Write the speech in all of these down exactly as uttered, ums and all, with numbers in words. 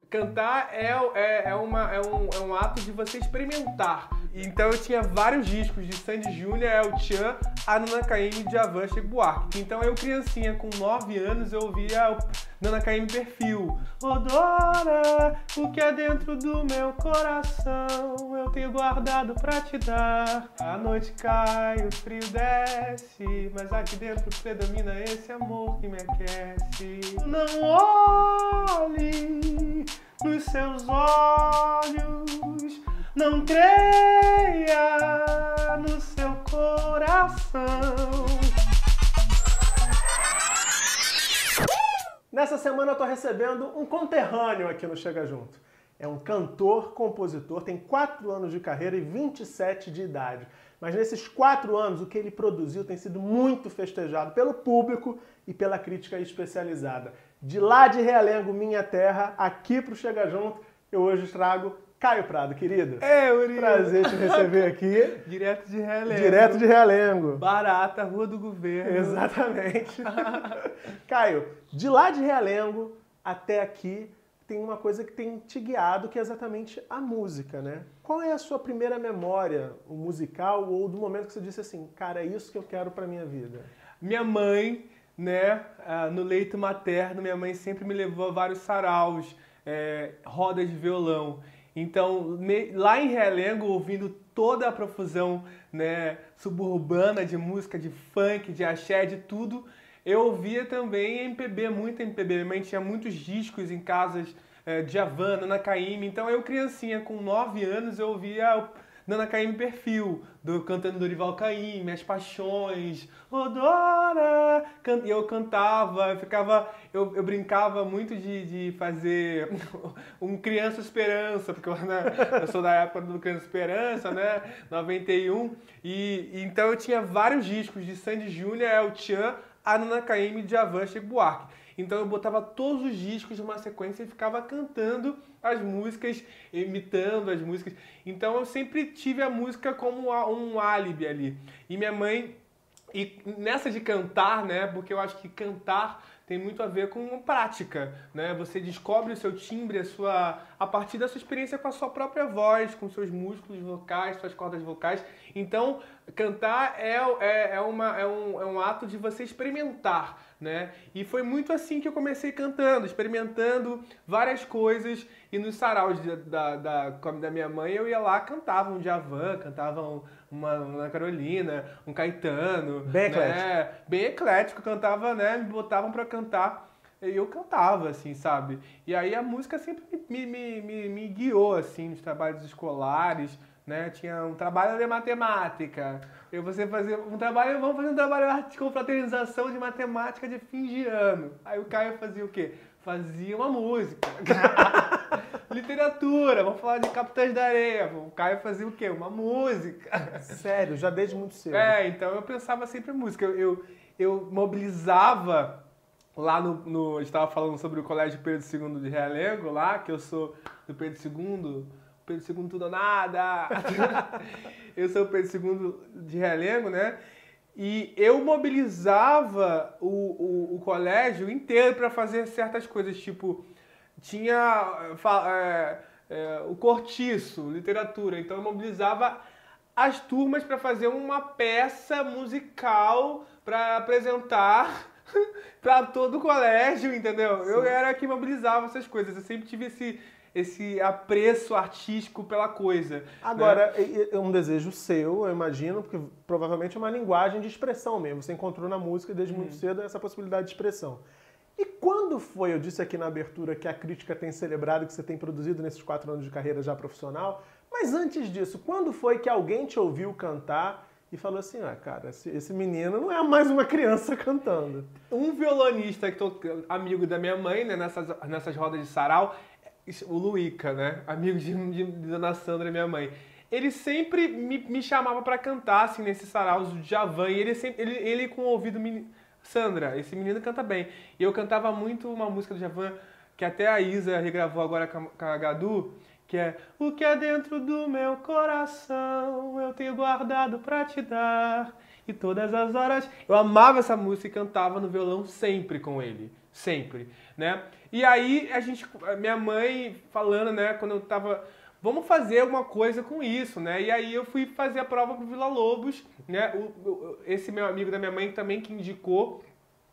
cantar é, é, é, uma, é, um, é um ato de você experimentar. Então eu tinha vários discos de Sandy Júnior, El Chan, a Nana Caymmi, Djavan, Chico Buarque. Então eu, criancinha, com nove anos, eu ouvia Nana Caymmi Perfil. Odora, o que é dentro do meu coração, eu tenho guardado pra te dar. A noite cai, o frio desce, mas aqui dentro predomina esse amor que me aquece. Não olhe nos seus olhos, não creia no seu coração. Nessa semana eu tô recebendo um conterrâneo aqui no Chega Junto. É um cantor, compositor, tem quatro anos de carreira e vinte e sete de idade. Mas nesses quatro anos, o que ele produziu tem sido muito festejado pelo público e pela crítica especializada. De lá de Realengo, minha terra, aqui pro Chega Junto, eu hoje trago Caio Prado, querido. É, Uri. Prazer te receber aqui. Direto de Realengo. Direto de Realengo. Barata, Rua do Governo. Exatamente. Caio, de lá de Realengo até aqui, tem uma coisa que tem te guiado, que é exatamente a música, né? Qual é a sua primeira memória, o musical, ou do momento que você disse assim, cara, é isso que eu quero pra minha vida? Minha mãe, né, no leito materno, minha mãe sempre me levou a vários saraus, é, rodas de violão. Então, lá em Realengo, ouvindo toda a profusão, né, suburbana de música, de funk, de axé, de tudo, eu ouvia também M P B, muito M P B. Minha mãe tinha muitos discos em casas, é, Djavan, Nana Caymmi. Então, eu, criancinha, com nove anos, eu ouvia Nana Caymmi Perfil, do, cantando Dorival Caymmi, As Paixões, Odora, can, e eu cantava, eu ficava, eu, eu brincava muito de, de fazer um Criança Esperança, porque eu, né, eu sou da época do Criança Esperança, né, noventa e um, e, e então eu tinha vários discos de Sandy Júnior, El Chan, a Nana Caymmi, Djavan, Chico Buarque. Então eu botava todos os discos numa sequência e ficava cantando as músicas, imitando as músicas. Então eu sempre tive a música como um álibi ali. E minha mãe, e nessa de cantar, né, porque eu acho que cantar tem muito a ver com prática, né? Você descobre o seu timbre, a, sua, a partir da sua experiência com a sua própria voz, com seus músculos vocais, suas cordas vocais. Então, cantar é, é, é, uma, é, um, é um ato de você experimentar, né? E foi muito assim que eu comecei cantando, experimentando várias coisas. E nos saraus da, da, da minha mãe, eu ia lá, cantava um Djavan, cantava um, uma Ana Carolina, um Caetano. Bem eclético. Né? Bem eclético, cantava, né? Me botavam pra cantar. E eu cantava, assim, sabe? E aí a música sempre me, me, me, me guiou, assim, nos trabalhos escolares, né? Tinha um trabalho de matemática. Eu você fazer um trabalho, vamos fazer um trabalho de confraternização de matemática de fim de ano. Aí o Caio fazia o quê? Fazia uma música. Literatura, vamos falar de Capitães da Areia. O Caio fazia o quê? Uma música. Sério, já desde muito cedo. É, então eu pensava sempre em música. Eu, eu, eu mobilizava lá no, no... A gente estava falando sobre o Colégio Pedro segundo de Realengo, lá, que eu sou do Pedro segundo. Pedro segundo tudo ou nada. Eu sou o Pedro segundo de Realengo, né? E eu mobilizava o, o, o colégio inteiro para fazer certas coisas, tipo, tinha é, é, o cortiço, literatura, então eu mobilizava as turmas para fazer uma peça musical para apresentar para todo o colégio, entendeu? Sim. Eu era que mobilizava essas coisas, eu sempre tive esse... esse apreço artístico pela coisa. Agora, né? É um desejo seu, eu imagino, porque provavelmente é uma linguagem de expressão mesmo. Você encontrou na música desde hum. muito cedo essa possibilidade de expressão. E quando foi, eu disse aqui na abertura que a crítica tem celebrado, que você tem produzido nesses quatro anos de carreira já profissional, mas antes disso, quando foi que alguém te ouviu cantar e falou assim, ah, cara, esse, esse menino não é mais uma criança cantando? Um violonista, que tô, amigo da minha mãe, né, nessas, nessas rodas de sarau, o Luíca, né? Amigo de, de, de Dona Sandra, minha mãe. Ele sempre me, me chamava pra cantar, assim, nesses saraus do Djavan. E ele sempre, ele, ele com o ouvido... Me... Sandra, esse menino canta bem. E eu cantava muito uma música do Djavan, que até a Isa regravou agora com a, com a Gadu, que é o que é dentro do meu coração, eu tenho guardado pra te dar. E todas as horas... Eu amava essa música e cantava no violão sempre com ele. Sempre. né? E aí a gente, minha mãe falando, né, quando eu tava, vamos fazer alguma coisa com isso, né? E aí eu fui fazer a prova pro Vila Lobos, né? O, o, esse meu amigo da minha mãe também que indicou,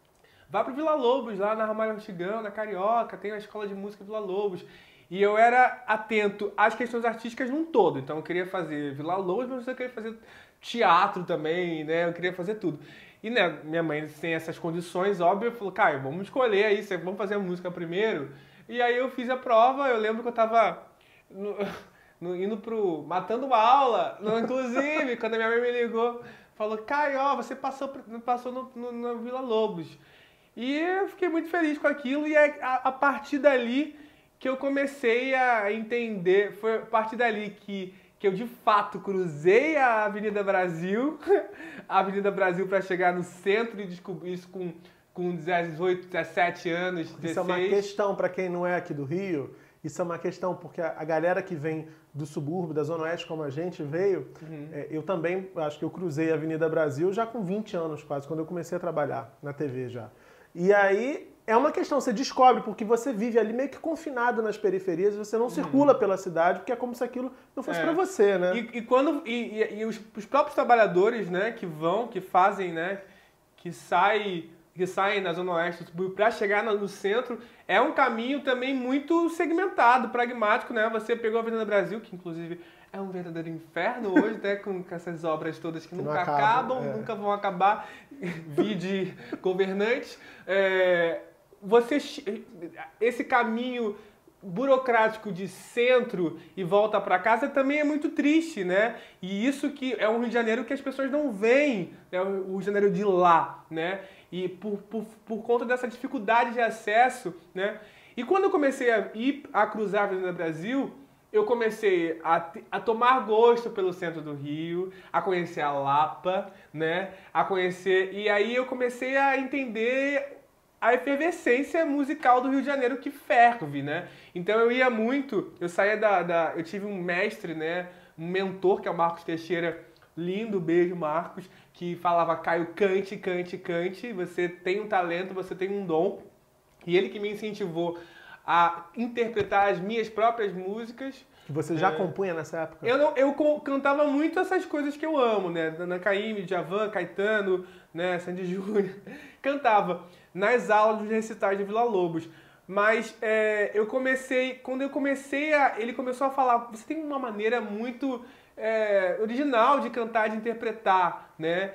vai pro Vila Lobos, lá na Ramalho Antigão, na Carioca, tem a escola de música Vila Lobos. E eu era atento às questões artísticas num todo, então eu queria fazer Vila Lobos, mas eu queria fazer teatro também, né? Eu queria fazer tudo. E né, minha mãe, sem essas condições, óbvio, falou, Caio, vamos escolher aí, vamos fazer a música primeiro. E aí eu fiz a prova, eu lembro que eu tava no, no, indo pro... matando aula, no, inclusive, quando a minha mãe me ligou, falou, Caio, ó, você passou, passou no, no, no Vila Lobos. E eu fiquei muito feliz com aquilo, e a, a partir dali que eu comecei a entender, foi a partir dali que, que eu de fato cruzei a Avenida Brasil, a Avenida Brasil para chegar no centro e descobrir isso com, com dezoito, dezessete anos, dezesseis. Isso é uma questão para quem não é aqui do Rio, isso é uma questão porque a, a galera que vem do subúrbio, da Zona Oeste, como a gente veio, uhum. é, eu também, acho que eu cruzei a Avenida Brasil já com vinte anos quase, quando eu comecei a trabalhar na T V já. E aí é uma questão, você descobre, porque você vive ali meio que confinado nas periferias, você não uhum. circula pela cidade, porque é como se aquilo não fosse é. para você, né? E, e quando e, e, e os, os próprios trabalhadores, né, que vão, que fazem, né, que saem que saem na Zona Oeste do subúrbio para chegar no, no centro, é um caminho também muito segmentado, pragmático, né? Você pegou a Avenida Brasil, que inclusive é um verdadeiro inferno hoje, né? Com essas obras todas que, que nunca acaba, acabam, é. nunca vão acabar, vide governantes. É, você, esse caminho burocrático de centro e volta para casa também é muito triste, né? E isso que é um Rio de Janeiro que as pessoas não veem, né? O Rio de Janeiro de lá, né? E por, por, por conta dessa dificuldade de acesso, né? E quando eu comecei a ir a cruzar a Avenida Brasil, eu comecei a, a tomar gosto pelo centro do Rio, a conhecer a Lapa, né? A conhecer... E aí eu comecei a entender a efervescência musical do Rio de Janeiro que ferve, né? Então eu ia muito, eu saía da, da... Eu tive um mestre, né? Um mentor, que é o Marcos Teixeira, lindo, beijo, Marcos, que falava, Caio, cante, cante, cante, você tem um talento, você tem um dom. E ele que me incentivou a interpretar as minhas próprias músicas. Que você já é, compunha nessa época? Eu, não, eu cantava muito essas coisas que eu amo, né? Ana Caymmi, Djavan, Caetano, né? Sandy Júnior. Cantava nas aulas dos recitais de Vila Lobos. Mas é, eu comecei, quando eu comecei a... Ele começou a falar, você tem uma maneira muito é, original de cantar, de interpretar, né?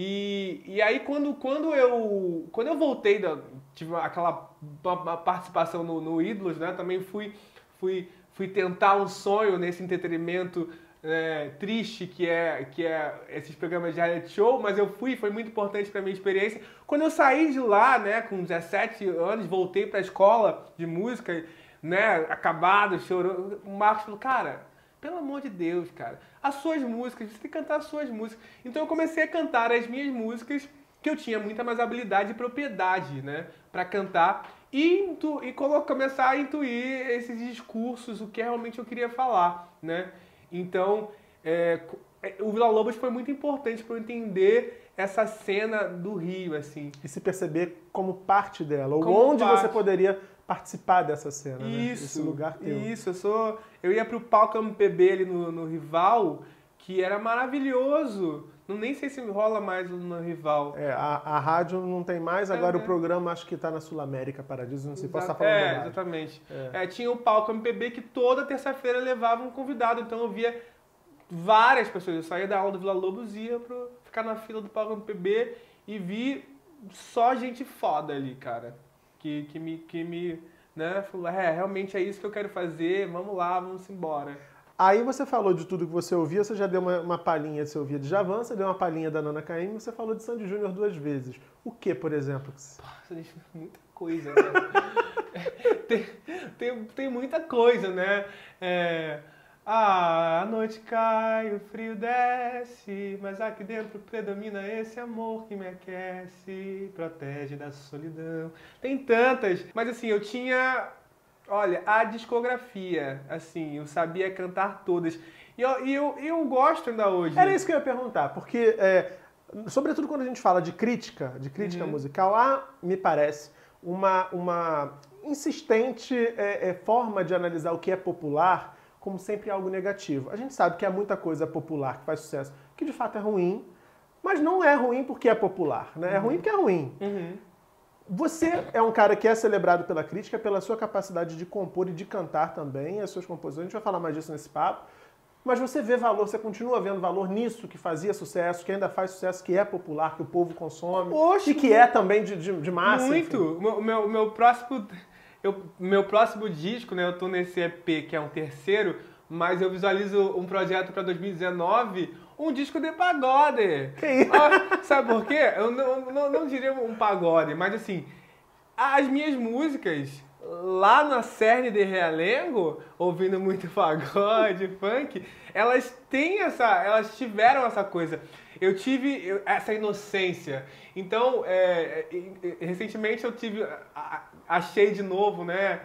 E, e aí quando, quando, eu, quando eu voltei, da, tive aquela participação no, no Ídolos, né? Também fui, fui, fui tentar um sonho nesse entretenimento é, triste que é, que é esses programas de reality show, mas eu fui, foi muito importante para minha experiência. Quando eu saí de lá, né, com dezessete anos, voltei para a escola de música, né, acabado, chorou, o Marcos falou, cara, pelo amor de Deus, cara, as suas músicas, você tem que cantar as suas músicas. Então eu comecei a cantar as minhas músicas, que eu tinha muita mais habilidade e propriedade, né, para cantar e, intu, e começar a intuir esses discursos, o que realmente eu queria falar, né. Então, é, o Vila Lobos foi muito importante para eu entender essa cena do Rio, assim. E se perceber como parte dela, ou como onde parte. você poderia participar dessa cena, isso, né? Esse lugar teu. Isso, eu sou... Eu ia pro palco M P B ali no, no Rival, que era maravilhoso. Não, nem sei se rola mais no Rival. É, a, a rádio não tem mais, agora é, o programa acho que está na Sul-América, Paradiso, não sei, posso estar falando É, bobagem. exatamente. É. É, tinha o palco M P B que toda terça-feira levava um convidado, então eu via várias pessoas. Eu saía da aula do Vila Lobos e ia pro, ficar na fila do palco M P B e vi só gente foda ali, cara. Que, que me, que me né, falou, é, realmente é isso que eu quero fazer, vamos lá, vamos embora. Aí você falou de tudo que você ouvia, você já deu uma, uma palhinha de você ouvia de Djavan, você deu uma palhinha da Nana Caymmi, você falou de Sandy Júnior duas vezes. O que, por exemplo? Nossa, muita coisa, né? tem, tem, tem muita coisa, né? É, ah, a noite cai, o frio desce, mas aqui dentro predomina esse amor que me aquece, protege da solidão. Tem tantas, mas assim, eu tinha... Olha, a discografia, assim, eu sabia cantar todas. E eu, e eu, eu gosto ainda hoje. Era isso que eu ia perguntar, porque, é, sobretudo quando a gente fala de crítica, de crítica uhum. musical, há, me parece, uma, uma insistente é, é, forma de analisar o que é popular como sempre algo negativo. A gente sabe que há muita coisa popular que faz sucesso que de fato é ruim, mas não é ruim porque é popular, né? É Uhum. ruim porque é ruim. Uhum. Você é um cara que é celebrado pela crítica pela sua capacidade de compor e de cantar também, as suas composições. A gente vai falar mais disso nesse papo. Mas você vê valor, você continua vendo valor nisso que fazia sucesso, que ainda faz sucesso, que é popular, que o povo consome. Oxe, e que é também de, de, de massa. Muito! O meu, meu, meu próximo. Eu, meu próximo disco, né? Eu tô nesse E P, que é um terceiro, mas eu visualizo um projeto para dois mil e dezenove, um disco de pagode. Que isso? Ah, sabe por quê? Eu não, não, não diria um pagode, mas assim, as minhas músicas lá na cerne de Realengo, ouvindo muito pagode, funk, elas têm essa, elas tiveram essa coisa. Eu tive essa inocência. Então, é, recentemente eu tive, achei de novo, né,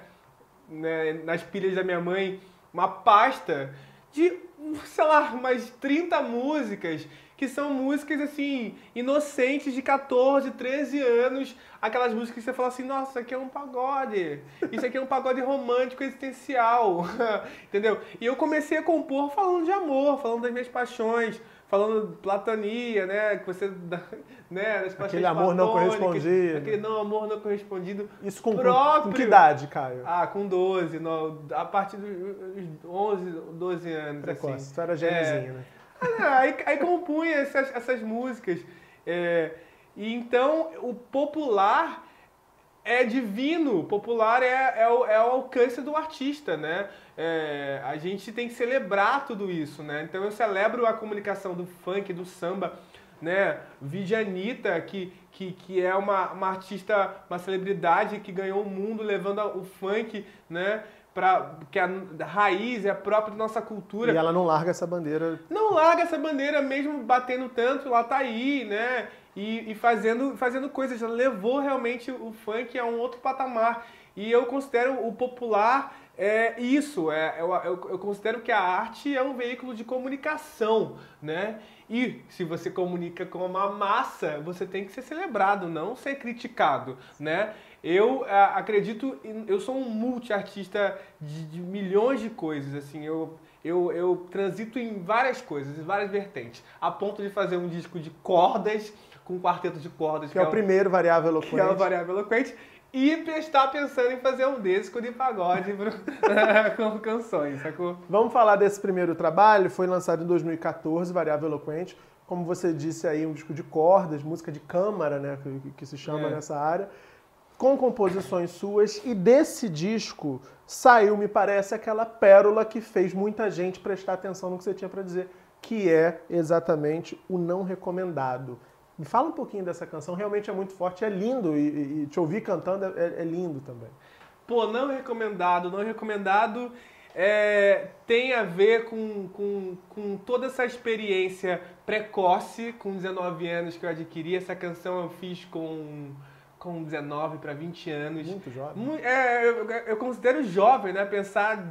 né, nas pilhas da minha mãe, uma pasta de, sei lá, umas trinta músicas, que são músicas, assim, inocentes de quatorze, treze anos, aquelas músicas que você fala assim, nossa, isso aqui é um pagode, isso aqui é um pagode romântico existencial, entendeu? E eu comecei a compor falando de amor, falando das minhas paixões, falando platania, né, que você, né, das paixões aquele amor não correspondido. Aquele não amor não correspondido. Isso com, próprio... com que idade, Caio? Ah, com doze, no, a partir dos onze, doze anos, Precoce, assim. você era gêmeozinho, é... né? Ah, aí, aí compunha essas, essas músicas. É, e então, o popular é divino. O popular é, é, o, é o alcance do artista, né? É, a gente tem que celebrar tudo isso, né? Então, eu celebro a comunicação do funk, do samba, né? Vi Anitta, que, que, que é uma, uma artista, uma celebridade que ganhou o mundo levando o funk, né? Pra, que a raiz é a própria da nossa cultura. E ela não larga essa bandeira. Não larga essa bandeira, mesmo batendo tanto, ela tá aí, né? E, e fazendo, fazendo coisas. Ela levou realmente o funk a um outro patamar. E eu considero o popular é isso. É, eu, eu, eu considero que a arte é um veículo de comunicação, né? E se você comunica com uma massa, você tem que ser celebrado, não ser criticado, né? Eu ah, acredito, eu sou um multi-artista de, de milhões de coisas, assim, eu, eu, eu transito em várias coisas, em várias vertentes, a ponto de fazer um disco de cordas, com um quarteto de cordas. Que, que é, é o primeiro Variável Eloquente. Que é o Variável Eloquente. E estar pensando em fazer um disco de pagode com canções, sacou? Vamos falar desse primeiro trabalho, foi lançado em dois mil e quatorze, Variável Eloquente. Como você disse aí, um disco de cordas, música de câmara, né, que, que se chama é. nessa área, com composições suas, e desse disco saiu, me parece, aquela pérola que fez muita gente prestar atenção no que você tinha para dizer, que é exatamente o Não Recomendado. Me fala um pouquinho dessa canção, realmente é muito forte, é lindo, e, e te ouvir cantando é, é lindo também. Pô, Não Recomendado, Não Recomendado é, tem a ver com, com, com toda essa experiência precoce, com dezenove anos que eu adquiri. Essa canção eu fiz com, com dezenove para vinte anos. Muito jovem. É, eu, eu considero jovem, né? Pensar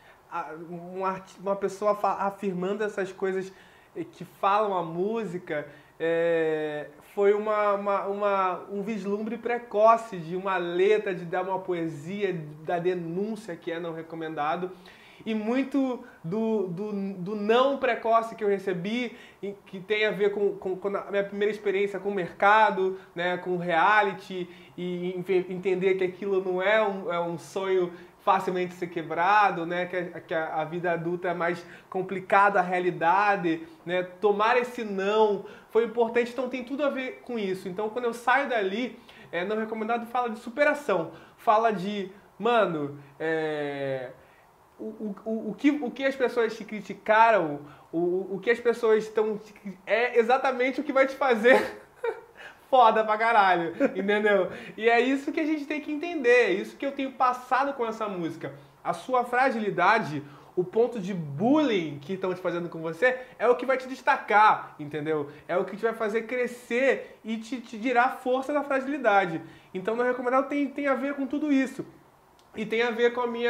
uma, uma pessoa afirmando essas coisas que falam a música... É, foi uma, uma, uma, um vislumbre precoce de uma letra, de dar uma poesia, da denúncia que é não recomendado. E muito do, do, do não precoce que eu recebi, que tem a ver com, com, com a minha primeira experiência com o mercado, né, com reality, e entender que aquilo não é um, é um sonho facilmente ser quebrado, né? Que, a, que a, a vida adulta é mais complicada, a realidade, né? Tomar esse não foi importante, então tem tudo a ver com isso. Então, quando eu saio dali, é, Não Recomendado fala de superação, fala de, mano, é, o, o, o, que, o que as pessoas te criticaram, o, o que as pessoas estão... é exatamente o que vai te fazer... foda pra caralho, entendeu? E é isso que a gente tem que entender, é isso que eu tenho passado com essa música. A sua fragilidade, o ponto de bullying que estão te fazendo com você, é o que vai te destacar, entendeu? É o que te vai fazer crescer e te, te tirar força da fragilidade. Então, Não Recomendado tem, tem a ver com tudo isso. E tem a ver com a minha,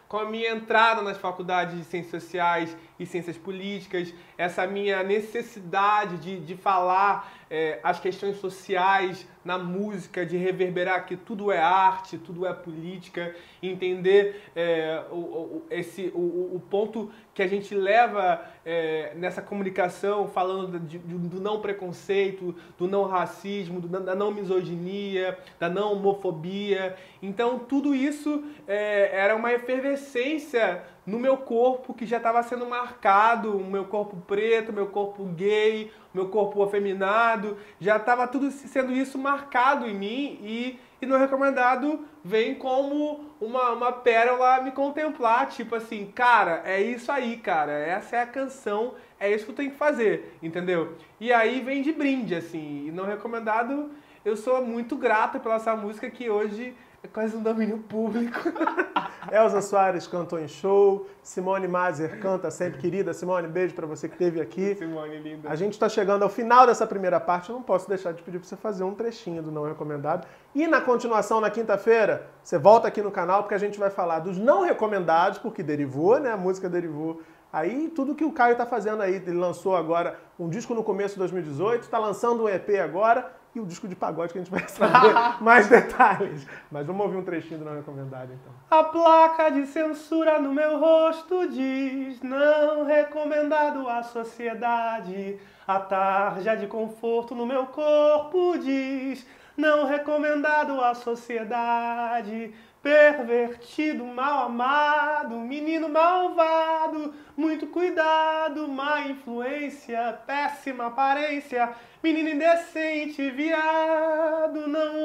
com a minha entrada nas faculdades de Ciências Sociais e Ciências Políticas, essa minha necessidade de, de falar é, as questões sociais na música, de reverberar que tudo é arte, tudo é política, entender é, o, o, esse, o, o ponto que a gente leva é, nessa comunicação, falando de, de, do não preconceito, do não racismo, do, da não misoginia, da não homofobia. Então tudo isso é, era uma efervescência no meu corpo que já estava sendo marcado, o meu corpo preto, meu corpo gay, meu corpo afeminado, já estava tudo sendo isso marcado em mim e, e no Recomendado vem como uma, uma pérola me contemplar, tipo assim, cara, é isso aí, cara, essa é a canção, é isso que eu tenho que fazer, entendeu? E aí vem de brinde, assim, e no Recomendado eu sou muito grato pela essa música que hoje é quase um domínio público. Elza Soares cantou em show, Simone Maser canta sempre, querida. Simone, beijo pra você que esteve aqui. Simone, linda. A gente está chegando ao final dessa primeira parte, eu não posso deixar de pedir pra você fazer um trechinho do Não Recomendado. E na continuação, na quinta-feira, você volta aqui no canal, porque a gente vai falar dos não recomendados, porque derivou, né? A música derivou. Aí tudo que o Caio tá fazendo aí, ele lançou agora um disco no começo de dois mil e dezoito, tá lançando um E P agora, e o disco de pagode que a gente vai saber mais detalhes. Mas vamos ouvir um trechinho do Não Recomendado, então. A placa de censura no meu rosto diz não recomendado à sociedade. A tarja de conforto no meu corpo diz não recomendado à sociedade. Pervertido, mal amado, menino malvado, muito cuidado, má influência, péssima aparência, menino indecente, viado, não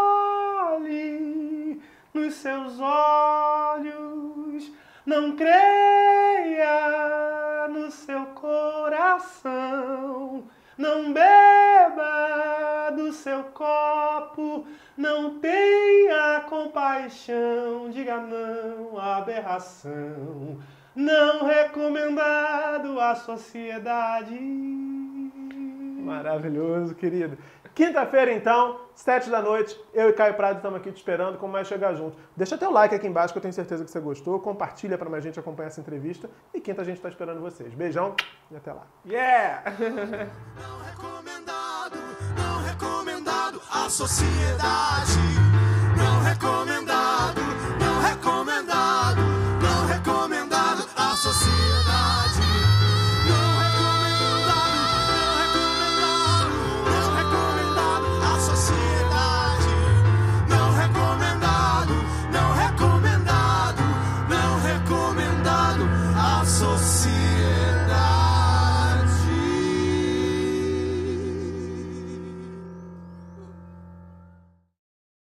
olhe nos seus olhos, não creia no seu coração, não beba do seu copo, não tenha compaixão, diga não à aberração, não recomendado à sociedade. Maravilhoso, querido. Quinta-feira, então, sete da noite, eu e Caio Prado estamos aqui te esperando com mais Chegar Junto. Deixa teu like aqui embaixo que eu tenho certeza que você gostou. Compartilha para mais gente acompanhar essa entrevista. E quinta a gente está esperando vocês. Beijão e até lá. Yeah! Não recomendado, não recomendado à sociedade. Não recomendado.